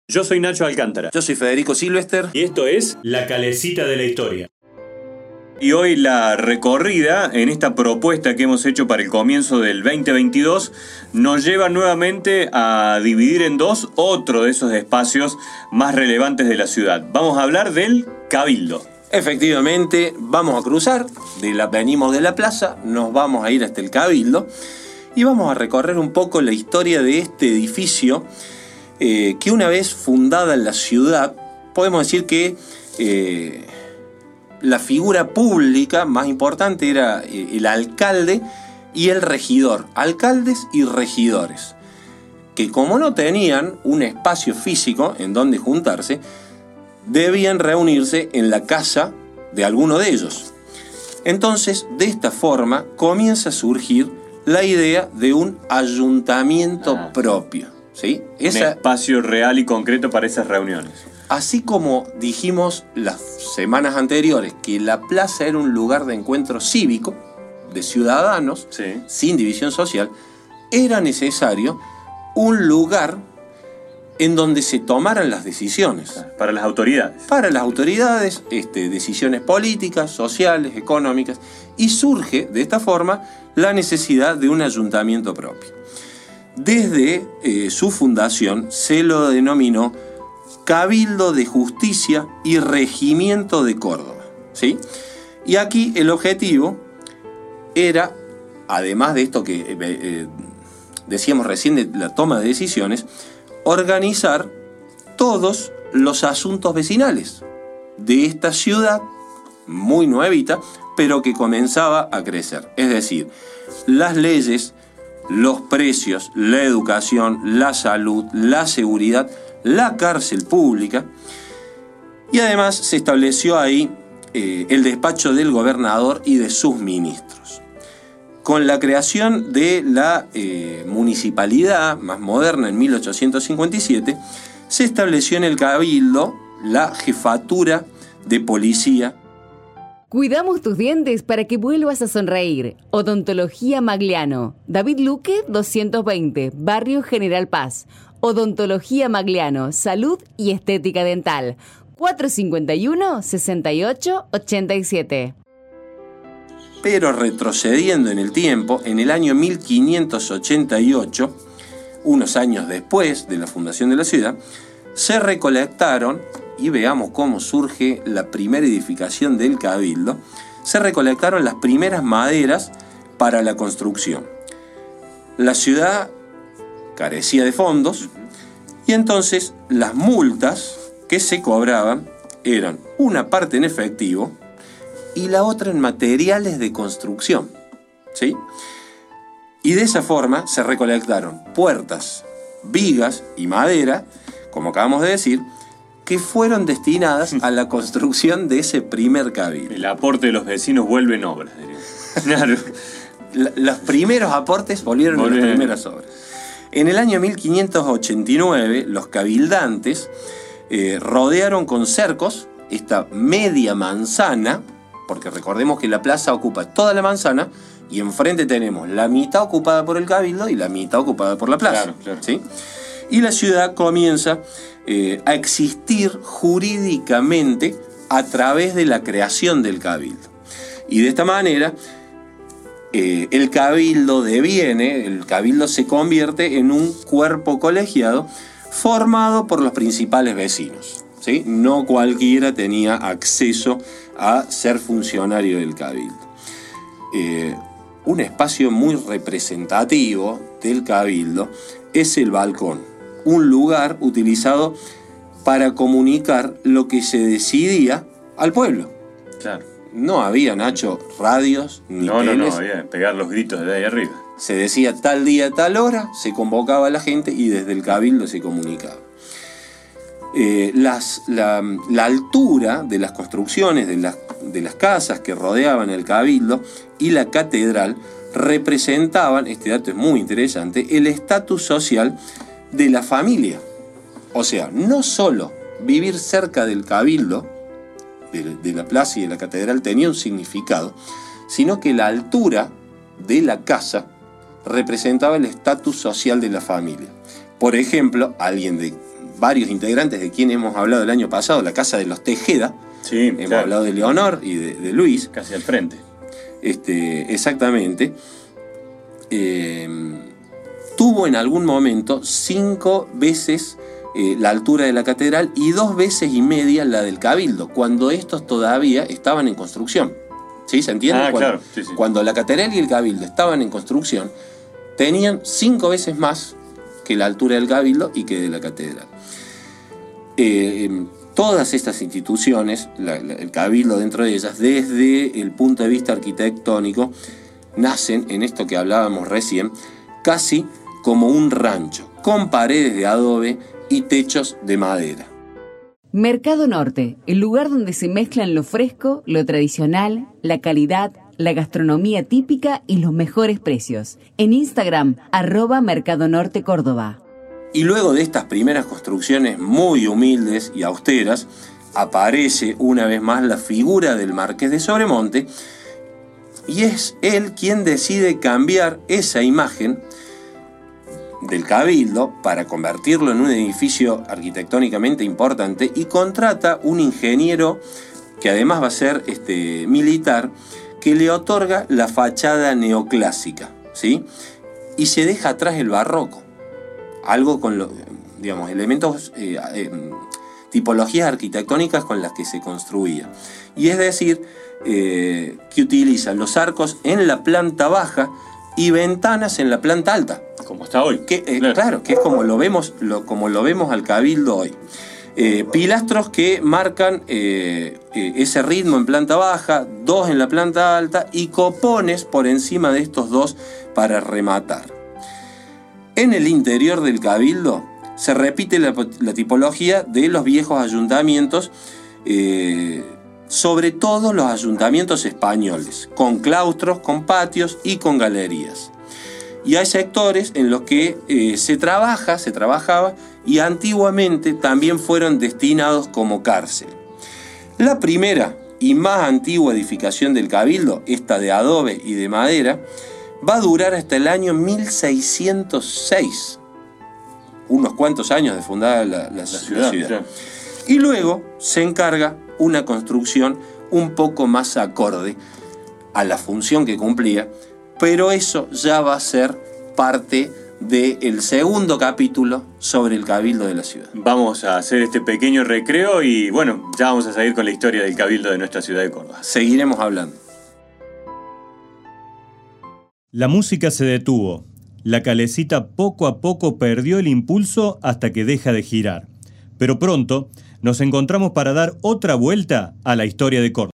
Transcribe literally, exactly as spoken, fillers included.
Yo soy Nacho Alcántara. Yo soy Federico Silvester. Y esto es La Calecita de la Historia. Y hoy la recorrida en esta propuesta que hemos hecho para el comienzo del veinte veintidós nos lleva nuevamente a dividir en dos otro de esos espacios más relevantes de la ciudad. Vamos a hablar del Cabildo. Efectivamente, vamos a cruzar, de la, venimos de la plaza, nos vamos a ir hasta el Cabildo y vamos a recorrer un poco la historia de este edificio eh, que una vez fundada en la ciudad, podemos decir que eh, la figura pública más importante era el alcalde y el regidor, alcaldes y regidores, que como no tenían un espacio físico en donde juntarse, debían reunirse en la casa de alguno de ellos. Entonces, de esta forma, comienza a surgir la idea de un ayuntamiento ah. propio, ¿sí? Esa, un espacio real y concreto para esas reuniones. Así como dijimos las semanas anteriores que la plaza era un lugar de encuentro cívico, de ciudadanos, sí. sin división social, era necesario un lugar en donde se tomaran las decisiones. Para las autoridades. Para las autoridades, este, decisiones políticas, sociales, económicas, y surge de esta forma la necesidad de un ayuntamiento propio. Desde eh, su fundación se lo denominó Cabildo de Justicia y Regimiento de Córdoba, ¿sí? Y aquí el objetivo era, además de esto que eh, eh, decíamos recién de la toma de decisiones, organizar todos los asuntos vecinales de esta ciudad muy nuevita, pero que comenzaba a crecer. Es decir, las leyes, los precios, la educación, la salud, la seguridad, la cárcel pública, y además se estableció ahí eh, el despacho del gobernador y de sus ministros. Con la creación de la eh, municipalidad más moderna en mil ochocientos cincuenta y siete, se estableció en el Cabildo la jefatura de policía. Cuidamos tus dientes para que vuelvas a sonreír. Odontología Magliano. David Luque, doscientos veinte, Barrio General Paz. Odontología Magliano, salud y estética dental. cuatrocientos cincuenta y uno, sesenta y ocho, ochenta y siete. Pero retrocediendo en el tiempo, en el año mil quinientos ochenta y ocho, unos años después de la fundación de la ciudad, se recolectaron, y veamos cómo surge la primera edificación del Cabildo, se recolectaron las primeras maderas para la construcción. La ciudad carecía de fondos, y entonces las multas que se cobraban eran una parte en efectivo y la otra en materiales de construcción, ¿sí? Y de esa forma se recolectaron puertas, vigas y madera, como acabamos de decir, que fueron destinadas a la construcción de ese primer cabildo. El aporte de los vecinos vuelve en obras, diría. Claro. La, los primeros aportes volvieron Volver. en las primeras obras. En el año mil quinientos ochenta y nueve, los cabildantes eh, rodearon con cercos esta media manzana, porque recordemos que la plaza ocupa toda la manzana y enfrente tenemos la mitad ocupada por el Cabildo y la mitad ocupada por la plaza. Claro, claro. ¿Sí? Y la ciudad comienza eh, a existir jurídicamente a través de la creación del Cabildo. Y de esta manera, eh, el Cabildo deviene, el Cabildo se convierte en un cuerpo colegiado formado por los principales vecinos, ¿sí? No cualquiera tenía acceso a ser funcionario del Cabildo. Eh, un espacio muy representativo del Cabildo es el balcón, un lugar utilizado para comunicar lo que se decidía al pueblo. Claro. No había, Nacho, radios ni no, teles. No, no, había pegar los gritos de ahí arriba. Se decía tal día, tal hora, se convocaba a la gente y desde el Cabildo se comunicaba. Eh, las, la, la altura de las construcciones de las, de las casas que rodeaban el Cabildo y la catedral representaban, este dato es muy interesante, el estatus social de la familia. O sea, no solo vivir cerca del Cabildo, de, de la plaza y de la catedral tenía un significado, sino que la altura de la casa representaba el estatus social de la familia. Por ejemplo, alguien de varios integrantes de quien hemos hablado el año pasado, la casa de los Tejeda. Sí, hemos claro. hablado de Leonor y de, de Luis. Casi al frente. Este, exactamente. Eh, tuvo en algún momento cinco veces eh, la altura de la catedral y dos veces y media la del Cabildo, cuando estos todavía estaban en construcción. ¿Sí? ¿Se entiende? Ah, cuando, claro. Sí, sí. cuando la catedral y el Cabildo estaban en construcción, tenían cinco veces más que la altura del Cabildo y que de la catedral. Eh, todas estas instituciones, la, la, el Cabildo dentro de ellas, desde el punto de vista arquitectónico, nacen en esto que hablábamos recién, casi como un rancho, con paredes de adobe y techos de madera. Mercado Norte, el lugar donde se mezclan lo fresco, lo tradicional, la calidad, la gastronomía típica y los mejores precios. En Instagram, arroba Mercado Norte Córdoba. Y luego de estas primeras construcciones muy humildes y austeras, aparece una vez más la figura del Marqués de Sobremonte, y es él quien decide cambiar esa imagen del Cabildo para convertirlo en un edificio arquitectónicamente importante, y contrata un ingeniero que además va a ser este, militar, que le otorga la fachada neoclásica, ¿sí? Y se deja atrás el barroco, algo con los, digamos, elementos, eh, eh, tipologías arquitectónicas con las que se construía. Y es decir, eh, que utiliza los arcos en la planta baja y ventanas en la planta alta. Como está hoy. Que, eh, claro. claro, que es como lo vemos, lo, como lo vemos al Cabildo hoy. Eh, pilastros que marcan eh, eh, ese ritmo en planta baja, dos en la planta alta y copones por encima de estos dos para rematar. En el interior del Cabildo se repite la, la tipología de los viejos ayuntamientos, eh, sobre todo los ayuntamientos españoles, con claustros, con patios y con galerías. Y hay sectores en los que eh, se trabaja, se trabajaba y antiguamente también fueron destinados como cárcel. La primera y más antigua edificación del Cabildo, esta de adobe y de madera, va a durar hasta el año mil seiscientos seis, unos cuantos años de fundada la, la, la ciudad. La ciudad. Y luego se encarga una construcción un poco más acorde a la función que cumplía, pero eso ya va a ser parte del segundo capítulo sobre el Cabildo de la ciudad. Vamos a hacer este pequeño recreo y bueno, ya vamos a seguir con la historia del Cabildo de nuestra ciudad de Córdoba. Seguiremos hablando. La música se detuvo. La calecita poco a poco perdió el impulso hasta que deja de girar. Pero pronto nos encontramos para dar otra vuelta a la historia de Córdoba.